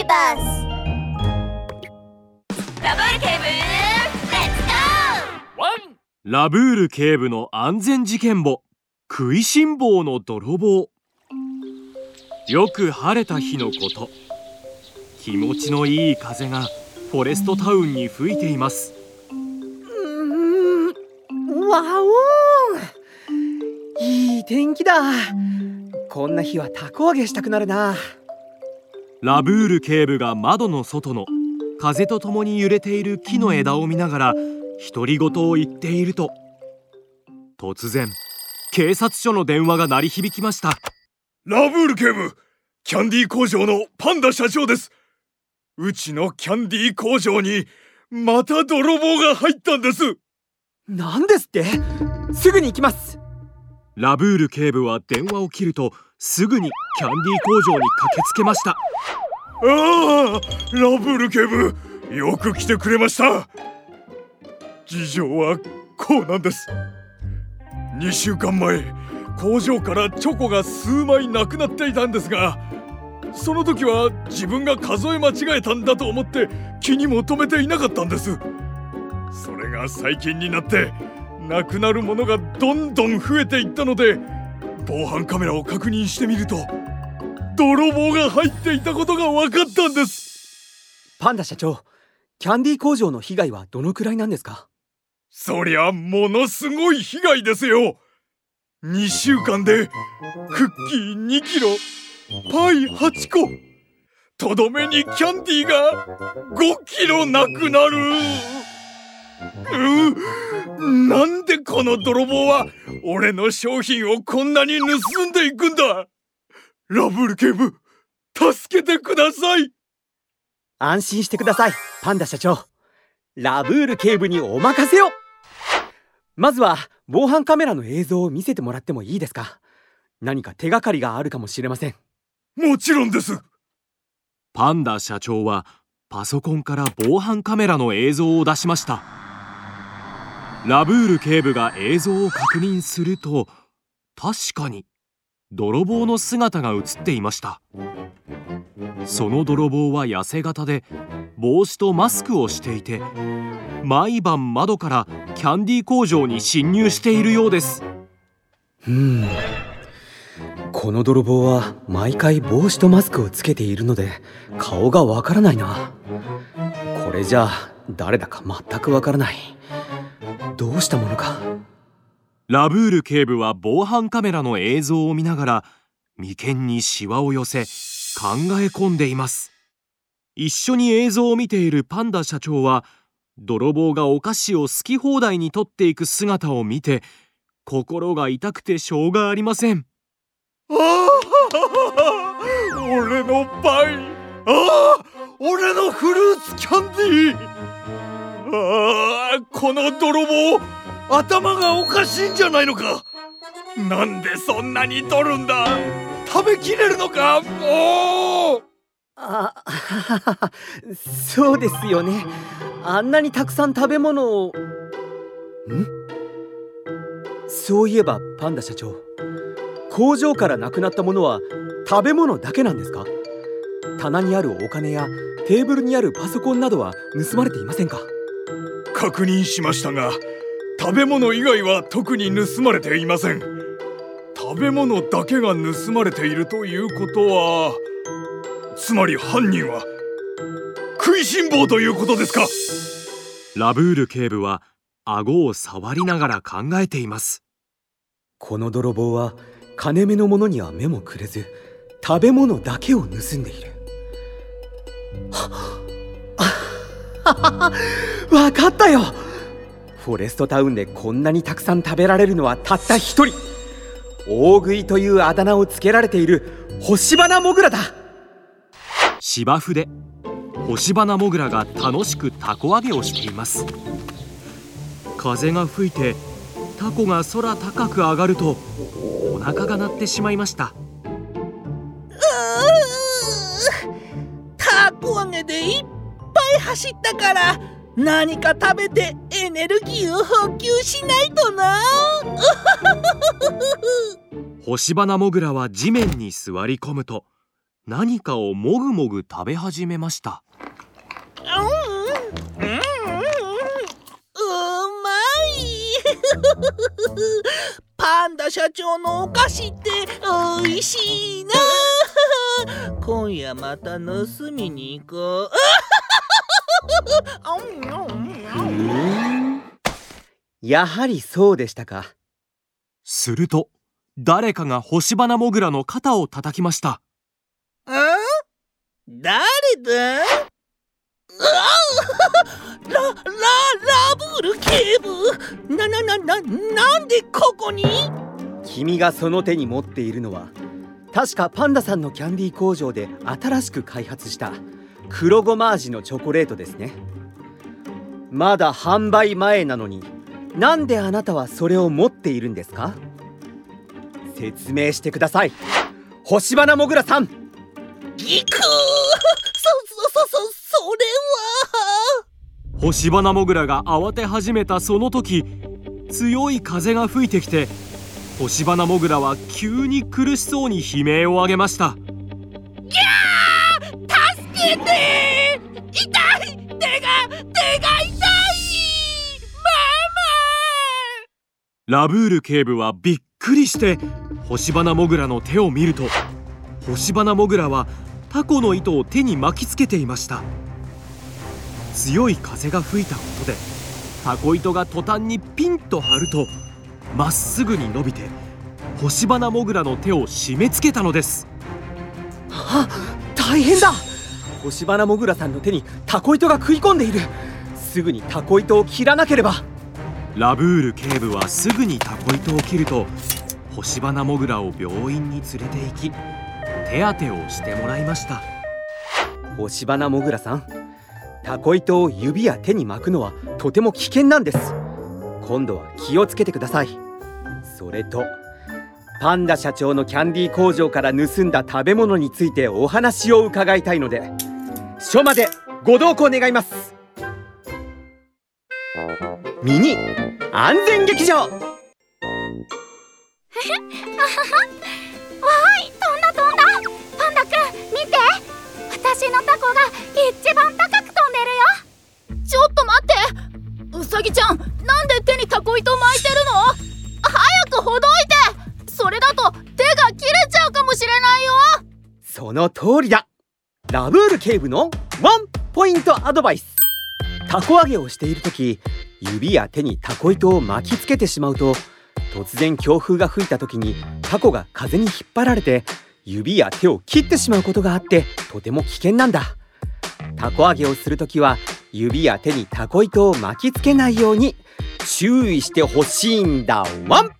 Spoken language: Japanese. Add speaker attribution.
Speaker 1: バス。ラブール警部、レッツゴー。
Speaker 2: ラブール警部の安全事件簿、食いしん坊の泥棒。よく晴れた日のこと。気持ちのいい風がフォレストタウンに吹いています。
Speaker 3: わお、いい天気だ。こんな日はたこ揚げしたくなるな。
Speaker 2: ラブール警部が窓の外の風とともに揺れている木の枝を見ながら独り言を言っていると、突然警察署の電話が鳴り響きました。
Speaker 4: ラブール警部、キャンディー工場のパンダ社長です。うちのキャンディー工場にまた泥棒が入ったんです。
Speaker 3: なんですって？すぐに行きます。
Speaker 2: ラブール警部は電話を切るとすぐにキャンディー工場に駆けつけました。
Speaker 4: ああ、ラブール警部、よく来てくれました。事情はこうなんです。2週間前、工場からチョコが数枚なくなっていたんですが、その時は自分が数え間違えたんだと思って気にも留めていなかったんです。それが最近になってなくなるものがどんどん増えていったので、防犯カメラを確認してみると泥棒が入っていたことが分かったんです。
Speaker 3: パンダ社長、キャンディー工場の被害はどのくらいなんですか？
Speaker 4: そりゃものすごい被害ですよ。2週間でクッキー2キロ、パイ8個、とどめにキャンディーが5キロなくなる。なんでこの泥棒は俺の商品をこんなに盗んでいくんだ。ラブール警部、助けてください。
Speaker 3: 安心してください、パンダ社長。ラブール警部にお任せを。まずは防犯カメラの映像を見せてもらってもいいですか？何か手がかりがあるかもしれません。
Speaker 4: もちろんです。
Speaker 2: パンダ社長はパソコンから防犯カメラの映像を出しました。ラブール警部が映像を確認すると、確かに泥棒の姿が映っていました。その泥棒は痩せ型で帽子とマスクをしていて、毎晩窓からキャンディー工場に侵入しているようです。
Speaker 3: この泥棒は毎回帽子とマスクをつけているので顔がわからないな。これじゃあ誰だか全くわからない。どうしたものか。
Speaker 2: ラブール警部は防犯カメラの映像を見ながら眉間にシワを寄せ考え込んでいます。一緒に映像を見ているパンダ社長は、泥棒がお菓子を好き放題に取っていく姿を見て心が痛くてしょうがありません。
Speaker 4: 俺のパイ、俺のフルーツキャンディー。この泥棒、頭がおかしいんじゃないのか。なんでそんなに取るんだ。食べきれるのか。
Speaker 3: そうですよね。あんなにたくさん食べ物を。そういえばパンダ社長、工場からなくなったものは食べ物だけなんですか？棚にあるお金やテーブルにあるパソコンなどは盗まれていませんか？
Speaker 4: 確認しましたが、食べ物以外は特に盗まれていません。食べ物だけが盗まれているということは、つまり犯人は食いしん坊ということですか？
Speaker 2: ラブール警部は顎を触りながら考えています。
Speaker 3: この泥棒は金目のものには目もくれず食べ物だけを盗んでいる。わかったよ。フォレストタウンでこんなにたくさん食べられるのはたった一人。大食いというあだ名をつけられているホシバナモグラだ。
Speaker 2: 芝生でホシバナモグラが楽しくタコ揚げをしています。風が吹いてタコが空高く上がるとお腹が鳴ってしまいました。
Speaker 5: タコ揚げでいっぱい走ったから何か食べてエネルギーを補給しないとな。
Speaker 2: ホシバナモグラは地面に座り込むと、 何かをもぐもぐ食べ始めました。
Speaker 5: うまいパンダ社長のお菓子っておいしいな。今夜また盗みに行こう。
Speaker 3: やはりそうでしたか。
Speaker 2: すると誰かがホシバナモグラの肩を叩きました。
Speaker 5: 誰だ？ラブール警部、なんでここに？
Speaker 3: 君がその手に持っているのは確かパンダさんのキャンディー工場で新しく開発した黒ごま味のチョコレートですね。まだ販売前なのになんであなたはそれを持っているんですか？説明してください、ホシバナモグラさん。
Speaker 5: ギクー、それは。
Speaker 2: ホシバナモグラが慌て始めたその時、強い風が吹いてきて、ホシバナモグラは急に苦しそうに悲鳴を上げました。
Speaker 5: ギャー、助けて、痛い、手が痛い、
Speaker 2: ラブール警部はびっくりしてホシバナモグラの手を見ると、ホシバナモグラはタコの糸を手に巻きつけていました。強い風が吹いたことでタコ糸が途端にピンと張ると、まっすぐに伸びてホシバナモグラの手を締め付けたのです。
Speaker 3: 大変だ。ホシバナモグラさんの手にタコ糸が食い込んでいる。すぐにタコ糸を切らなければ。
Speaker 2: ラブール警部はすぐにタコ糸を切ると、ホシバナモグラを病院に連れて行き手当てをしてもらいました。
Speaker 3: ホシバナモグラさん、タコ糸を指や手に巻くのはとても危険なんです。今度は気をつけてください。それとパンダ社長のキャンディー工場から盗んだ食べ物についてお話を伺いたいので、署までご同行願います。ミニ安全劇場。わーい、
Speaker 1: 飛んだ。パンダくん見て、私のタコが一番高く飛んでるよ。ちょっと待って、ウサギちゃん、なんで手にタコ糸巻いてるの？早くほどいて。それだと手が切れちゃうかもしれないよ。
Speaker 3: その通りだ。ラブール警部のワンポイントアドバイス。タコ揚げをしているとき、指や手にタコ糸を巻きつけてしまうと、突然強風が吹いた時にタコが風に引っ張られて指や手を切ってしまうことがあって、とても危険なんだ。タコ揚げをするときは指や手にタコ糸を巻きつけないように注意してほしいんだワン。